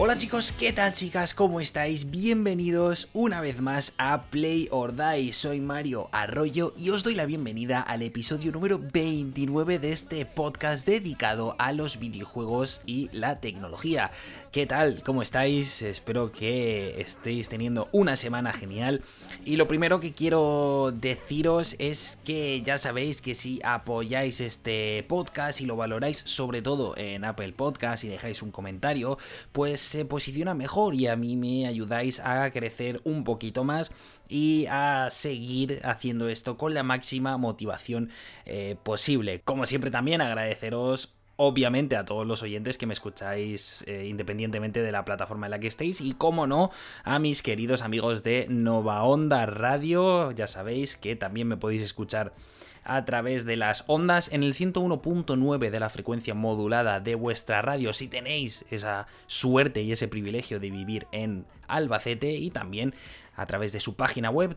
Hola chicos, ¿qué tal chicas? ¿Cómo estáis? Bienvenidos una vez más a Play or Die. Soy Mario Arroyo y os doy la bienvenida al episodio número 29 de este podcast dedicado a los videojuegos y la tecnología. ¿Qué tal? ¿Cómo estáis? Espero que estéis teniendo una semana genial. Y lo primero que quiero deciros es que ya sabéis que si apoyáis este podcast y lo valoráis sobre todo en Apple Podcast y dejáis un comentario, pues se posiciona mejor y a mí me ayudáis a crecer un poquito más y a seguir haciendo esto con la máxima motivación posible. Como siempre también agradeceros obviamente a todos los oyentes que me escucháis independientemente de la plataforma en la que estéis y como no a mis queridos amigos de Nova Onda Radio. Ya sabéis que también me podéis escuchar a través de las ondas en el 101.9 de la frecuencia modulada de vuestra radio si tenéis esa suerte y ese privilegio de vivir en Albacete, y también a través de su página web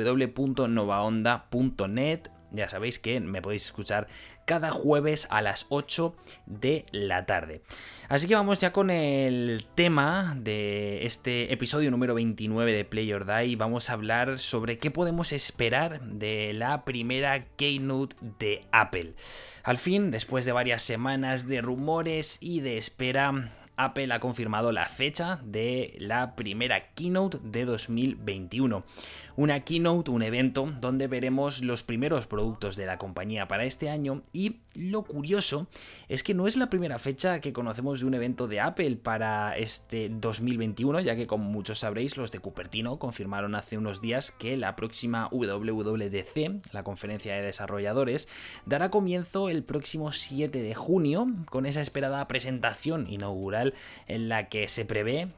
www.novaonda.net. Ya sabéis que me podéis escuchar cada jueves a las 8 de la tarde. Así que vamos ya con el tema de este episodio número 29 de Play or Die. Vamos a hablar sobre qué podemos esperar de la primera Keynote de Apple. Al fin, después de varias semanas de rumores y de espera, Apple ha confirmado la fecha de la primera Keynote de 2021. Una Keynote, un evento donde veremos los primeros productos de la compañía para este año, y lo curioso es que no es la primera fecha que conocemos de un evento de Apple para este 2021, ya que como muchos sabréis, los de Cupertino confirmaron hace unos días que la próxima WWDC, la conferencia de desarrolladores, dará comienzo el próximo 7 de junio con esa esperada presentación inaugural en la que se prevé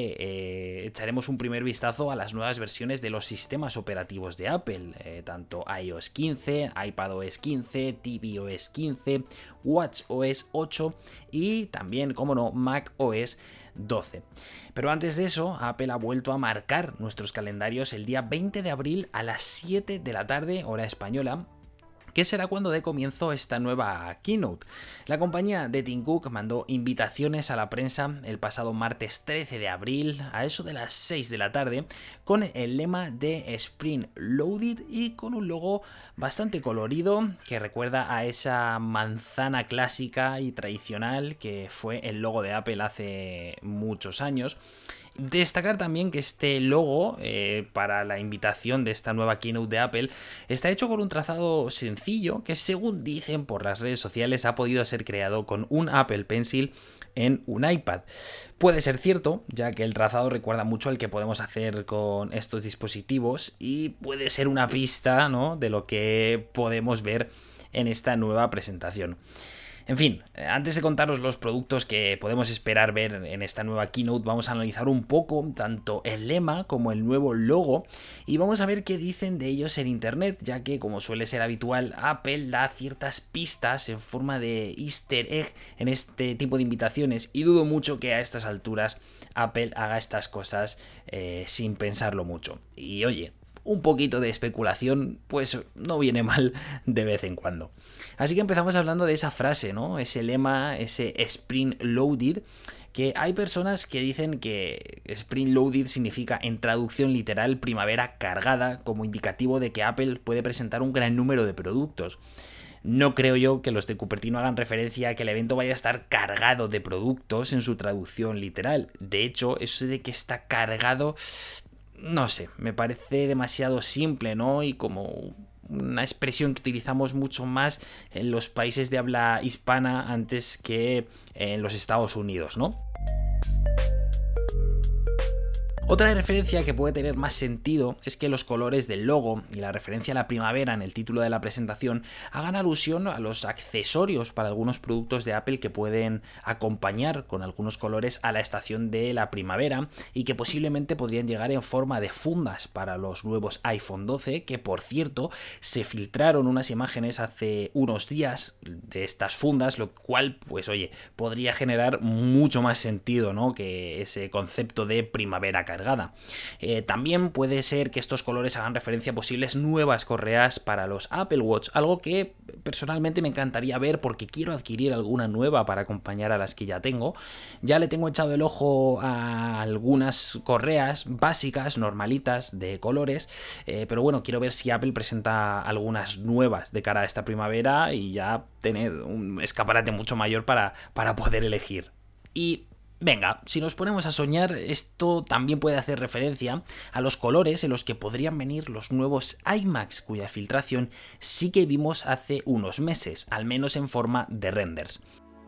que echaremos un primer vistazo a las nuevas versiones de los sistemas operativos de Apple, tanto iOS 15, iPadOS 15, tvOS 15, watchOS 8 y también, como no, macOS 12. Pero antes de eso, Apple ha vuelto a marcar nuestros calendarios el día 20 de abril a las 7 de la tarde, hora española, que será cuando dé comienzo esta nueva Keynote. La compañía de Tim Cook mandó invitaciones a la prensa el pasado martes 13 de abril a eso de las 6 de la tarde con el lema de Spring Loaded y con un logo bastante colorido que recuerda a esa manzana clásica y tradicional que fue el logo de Apple hace muchos años. Destacar también que este logo para la invitación de esta nueva Keynote de Apple está hecho con un trazado sencillo que, según dicen por las redes sociales, ha podido ser creado con un Apple Pencil en un iPad. Puede ser cierto, ya que el trazado recuerda mucho al que podemos hacer con estos dispositivos y puede ser una pista, ¿no?, de lo que podemos ver en esta nueva presentación. En fin, antes de contaros los productos que podemos esperar ver en esta nueva Keynote, vamos a analizar un poco tanto el lema como el nuevo logo y vamos a ver qué dicen de ellos en internet, ya que, como suele ser habitual, Apple da ciertas pistas en forma de easter egg en este tipo de invitaciones y dudo mucho que a estas alturas Apple haga estas cosas sin pensarlo mucho. Y oye, un poquito de especulación pues no viene mal de vez en cuando. Así que empezamos hablando de esa frase, ¿no? Ese lema, ese Spring Loaded, que hay personas que dicen que Spring Loaded significa, en traducción literal, primavera cargada, como indicativo de que Apple puede presentar un gran número de productos. No creo yo que los de Cupertino hagan referencia a que el evento vaya a estar cargado de productos en su traducción literal. De hecho, eso de que está cargado, no sé, me parece demasiado simple, ¿no? Y como una expresión que utilizamos mucho más en los países de habla hispana antes que en los Estados Unidos, ¿no? Otra referencia que puede tener más sentido es que los colores del logo y la referencia a la primavera en el título de la presentación hagan alusión a los accesorios para algunos productos de Apple que pueden acompañar con algunos colores a la estación de la primavera y que posiblemente podrían llegar en forma de fundas para los nuevos iPhone 12, que por cierto se filtraron unas imágenes hace unos días de estas fundas, lo cual pues oye, podría generar mucho más sentido, ¿no?, que ese concepto de primavera cargada. También puede ser que estos colores hagan referencia a posibles nuevas correas para los Apple Watch, algo que personalmente me encantaría ver porque quiero adquirir alguna nueva para acompañar a las que ya tengo. Ya le tengo echado el ojo a algunas correas básicas, normalitas, de colores, pero bueno, quiero ver si Apple presenta algunas nuevas de cara a esta primavera y ya tener un escaparate mucho mayor para poder elegir. Y venga, si nos ponemos a soñar, esto también puede hacer referencia a los colores en los que podrían venir los nuevos iMacs, cuya filtración sí que vimos hace unos meses, al menos en forma de renders.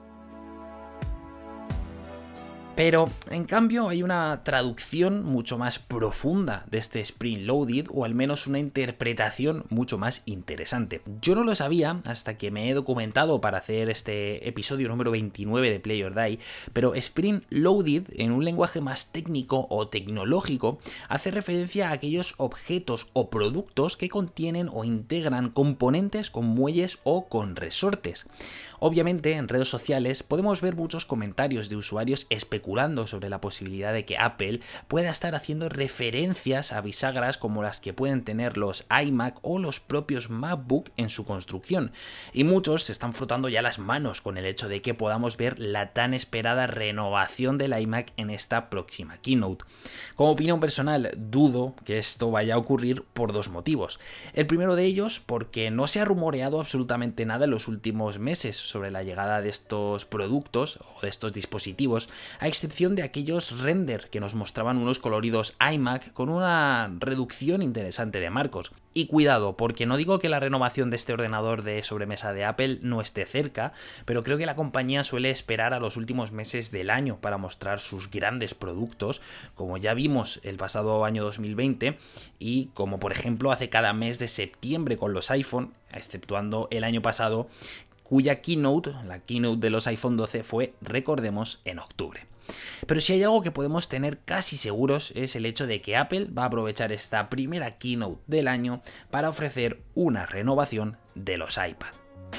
Pero, en cambio, hay una traducción mucho más profunda de este Spring Loaded, o al menos una interpretación mucho más interesante. Yo no lo sabía hasta que me he documentado para hacer este episodio número 29 de Play or Die, pero Spring Loaded, en un lenguaje más técnico o tecnológico, hace referencia a aquellos objetos o productos que contienen o integran componentes con muelles o con resortes. Obviamente, en redes sociales podemos ver muchos comentarios de usuarios especulando sobre la posibilidad de que Apple pueda estar haciendo referencias a bisagras como las que pueden tener los iMac o los propios MacBook en su construcción, y muchos se están frotando ya las manos con el hecho de que podamos ver la tan esperada renovación del iMac en esta próxima keynote. Como opinión personal, dudo que esto vaya a ocurrir por dos motivos. El primero de ellos, porque no se ha rumoreado absolutamente nada en los últimos meses sobre la llegada de estos productos o de estos dispositivos, a excepción de aquellos render que nos mostraban unos coloridos iMac con una reducción interesante de marcos. Y cuidado, porque no digo que la renovación de este ordenador de sobremesa de Apple no esté cerca, pero creo que la compañía suele esperar a los últimos meses del año para mostrar sus grandes productos, como ya vimos el pasado año 2020 y como por ejemplo hace cada mes de septiembre con los iPhone, exceptuando el año pasado, cuya keynote, la keynote de los iPhone 12 fue, recordemos, en octubre. Pero si hay algo que podemos tener casi seguros es el hecho de que Apple va a aprovechar esta primera keynote del año para ofrecer una renovación de los iPad.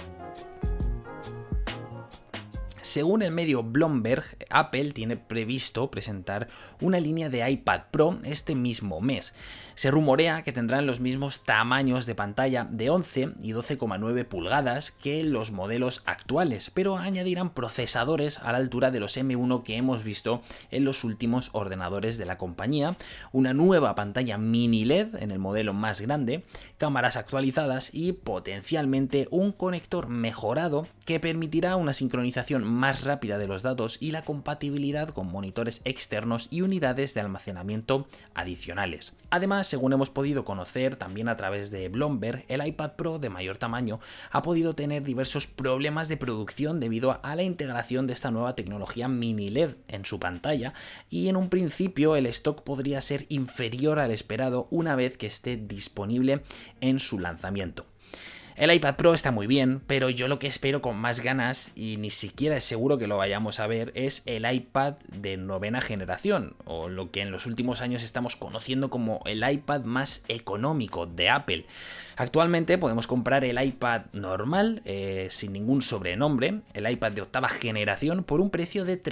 Según el medio Bloomberg, Apple tiene previsto presentar una línea de iPad Pro este mismo mes. Se rumorea que tendrán los mismos tamaños de pantalla de 11 y 12,9 pulgadas que los modelos actuales, pero añadirán procesadores a la altura de los M1 que hemos visto en los últimos ordenadores de la compañía, una nueva pantalla mini LED en el modelo más grande, cámaras actualizadas y potencialmente un conector mejorado que permitirá una sincronización más rápida de los datos y la compatibilidad con monitores externos y unidades de almacenamiento adicionales. Además, según hemos podido conocer también a través de Bloomberg, el iPad Pro de mayor tamaño ha podido tener diversos problemas de producción debido a la integración de esta nueva tecnología mini LED en su pantalla, y en un principio el stock podría ser inferior al esperado una vez que esté disponible en su lanzamiento. El iPad Pro está muy bien, pero yo lo que espero con más ganas, y ni siquiera es seguro que lo vayamos a ver, es el iPad de novena generación, o lo que en los últimos años estamos conociendo como el iPad más económico de Apple. Actualmente podemos comprar el iPad normal, sin ningún sobrenombre, el iPad de octava generación, por un precio de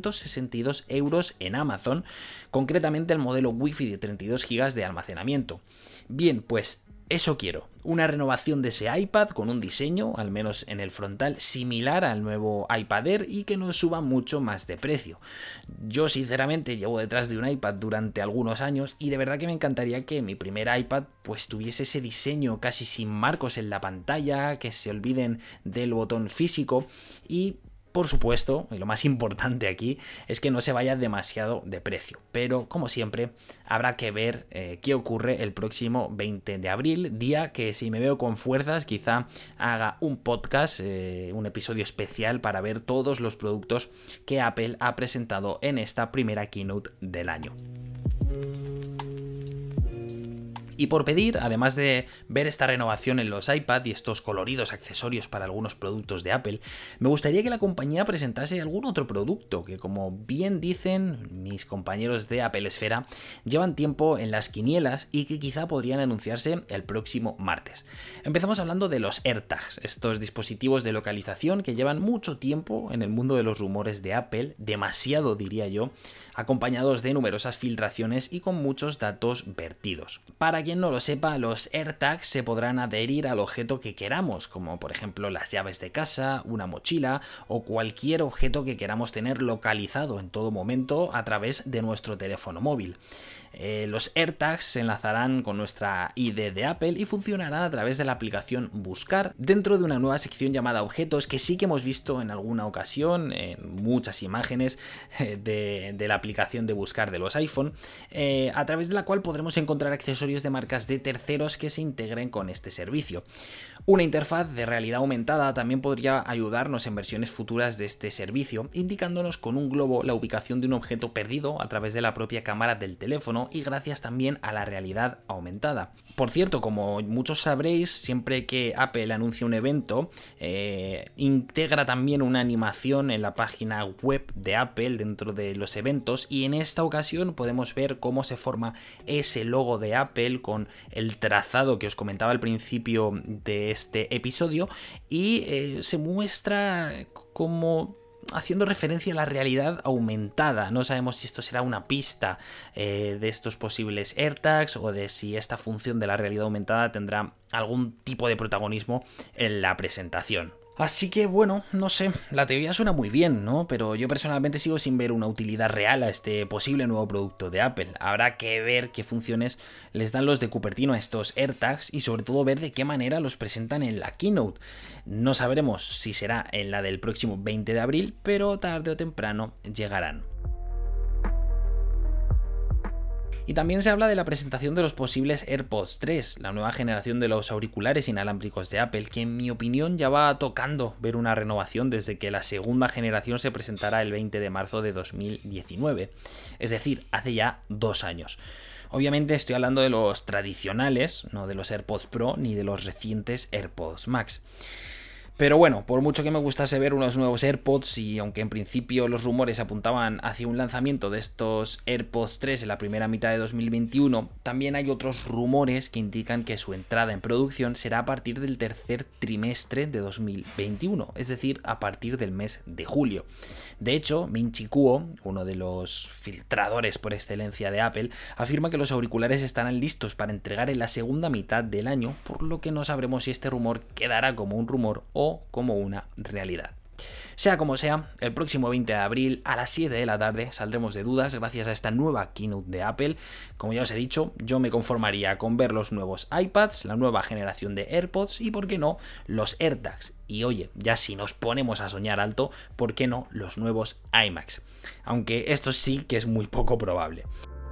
362 € en Amazon, concretamente el modelo Wi-Fi de 32 GB de almacenamiento. Bien, pues eso quiero, una renovación de ese iPad con un diseño, al menos en el frontal, similar al nuevo iPad Air y que no suba mucho más de precio. Yo sinceramente llevo detrás de un iPad durante algunos años y de verdad que me encantaría que mi primer iPad pues tuviese ese diseño casi sin marcos en la pantalla, que se olviden del botón físico y, por supuesto, y lo más importante aquí, es que no se vaya demasiado de precio. Pero, como siempre, habrá que ver qué ocurre el próximo 20 de abril, día que, si me veo con fuerzas, quizá haga un podcast, un episodio especial para ver todos los productos que Apple ha presentado en esta primera keynote del año. Y por pedir, además de ver esta renovación en los iPad y estos coloridos accesorios para algunos productos de Apple, me gustaría que la compañía presentase algún otro producto que, como bien dicen mis compañeros de Apple Esfera, llevan tiempo en las quinielas y que quizá podrían anunciarse el próximo martes. Empezamos hablando de los AirTags, estos dispositivos de localización que llevan mucho tiempo en el mundo de los rumores de Apple, demasiado diría yo, acompañados de numerosas filtraciones y con muchos datos vertidos. Para quien no lo sepa, los AirTags se podrán adherir al objeto que queramos, como por ejemplo las llaves de casa, una mochila o cualquier objeto que queramos tener localizado en todo momento a través de nuestro teléfono móvil. Los AirTags se enlazarán con nuestra ID de Apple y funcionarán a través de la aplicación Buscar dentro de una nueva sección llamada Objetos que sí que hemos visto en alguna ocasión en muchas imágenes de la aplicación de Buscar de los iPhone, a través de la cual podremos encontrar accesorios de marcas de terceros que se integren con este servicio. Una interfaz de realidad aumentada también podría ayudarnos en versiones futuras de este servicio, indicándonos con un globo la ubicación de un objeto perdido a través de la propia cámara del teléfono y gracias también a la realidad aumentada. Por cierto, como muchos sabréis, siempre que Apple anuncia un evento, integra también una animación en la página web de Apple dentro de los eventos, y en esta ocasión podemos ver cómo se forma ese logo de Apple con el trazado que os comentaba al principio de este episodio, y se muestra como haciendo referencia a la realidad aumentada. No sabemos si esto será una pista de estos posibles AirTags o de si esta función de la realidad aumentada tendrá algún tipo de protagonismo en la presentación. Así que bueno, no sé, la teoría suena muy bien, ¿no? Pero yo personalmente sigo sin ver una utilidad real a este posible nuevo producto de Apple. Habrá que ver qué funciones les dan los de Cupertino a estos AirTags y sobre todo ver de qué manera los presentan en la keynote. No sabremos si será en la del próximo 20 de abril, pero tarde o temprano llegarán. Y también se habla de la presentación de los posibles AirPods 3, la nueva generación de los auriculares inalámbricos de Apple, que en mi opinión ya va tocando ver una renovación desde que la segunda generación se presentará el 20 de marzo de 2019, es decir, hace ya 2 años. Obviamente estoy hablando de los tradicionales, no de los AirPods Pro ni de los recientes AirPods Max. Pero bueno, por mucho que me gustase ver unos nuevos AirPods, y aunque en principio los rumores apuntaban hacia un lanzamiento de estos AirPods 3 en la primera mitad de 2021, también hay otros rumores que indican que su entrada en producción será a partir del tercer trimestre de 2021, es decir, a partir del mes de julio. De hecho, Ming-Chi Kuo, uno de los filtradores por excelencia de Apple, afirma que los auriculares estarán listos para entregar en la segunda mitad del año, por lo que no sabremos si este rumor quedará como un rumor o como una realidad. Sea como sea, el próximo 20 de abril a las 7 de la tarde saldremos de dudas gracias a esta nueva keynote de Apple. Como ya os he dicho, yo me conformaría con ver los nuevos iPads, la nueva generación de AirPods y, por qué no, los AirTags. Y oye, ya si nos ponemos a soñar alto, ¿por qué no los nuevos iMacs? Aunque esto sí que es muy poco probable.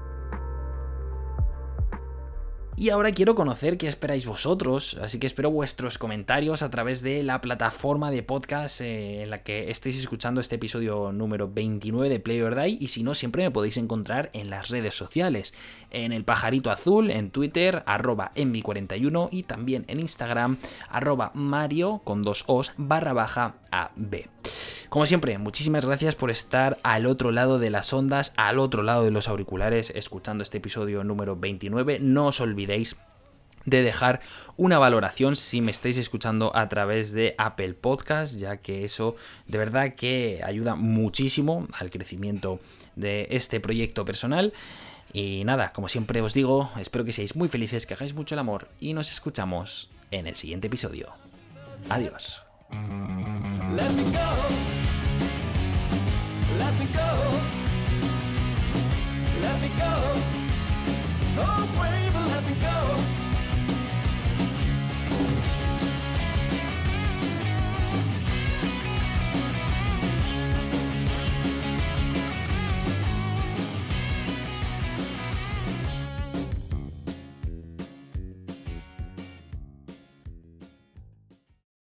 Y ahora quiero conocer qué esperáis vosotros, así que espero vuestros comentarios a través de la plataforma de podcast en la que estéis escuchando este episodio número 29 de Play or Die, y si no, siempre me podéis encontrar en las redes sociales, en el pajarito azul, en Twitter, @envi41, y también en Instagram, @mario con 2 os _AB. Como siempre, muchísimas gracias por estar al otro lado de las ondas, al otro lado de los auriculares, escuchando este episodio número 29. No os olvidéis de dejar una valoración si me estáis escuchando a través de Apple Podcast, ya que eso de verdad que ayuda muchísimo al crecimiento de este proyecto personal. Y nada, como siempre os digo, espero que seáis muy felices, que hagáis mucho el amor y nos escuchamos en el siguiente episodio. Adiós. Let me go. Let me go.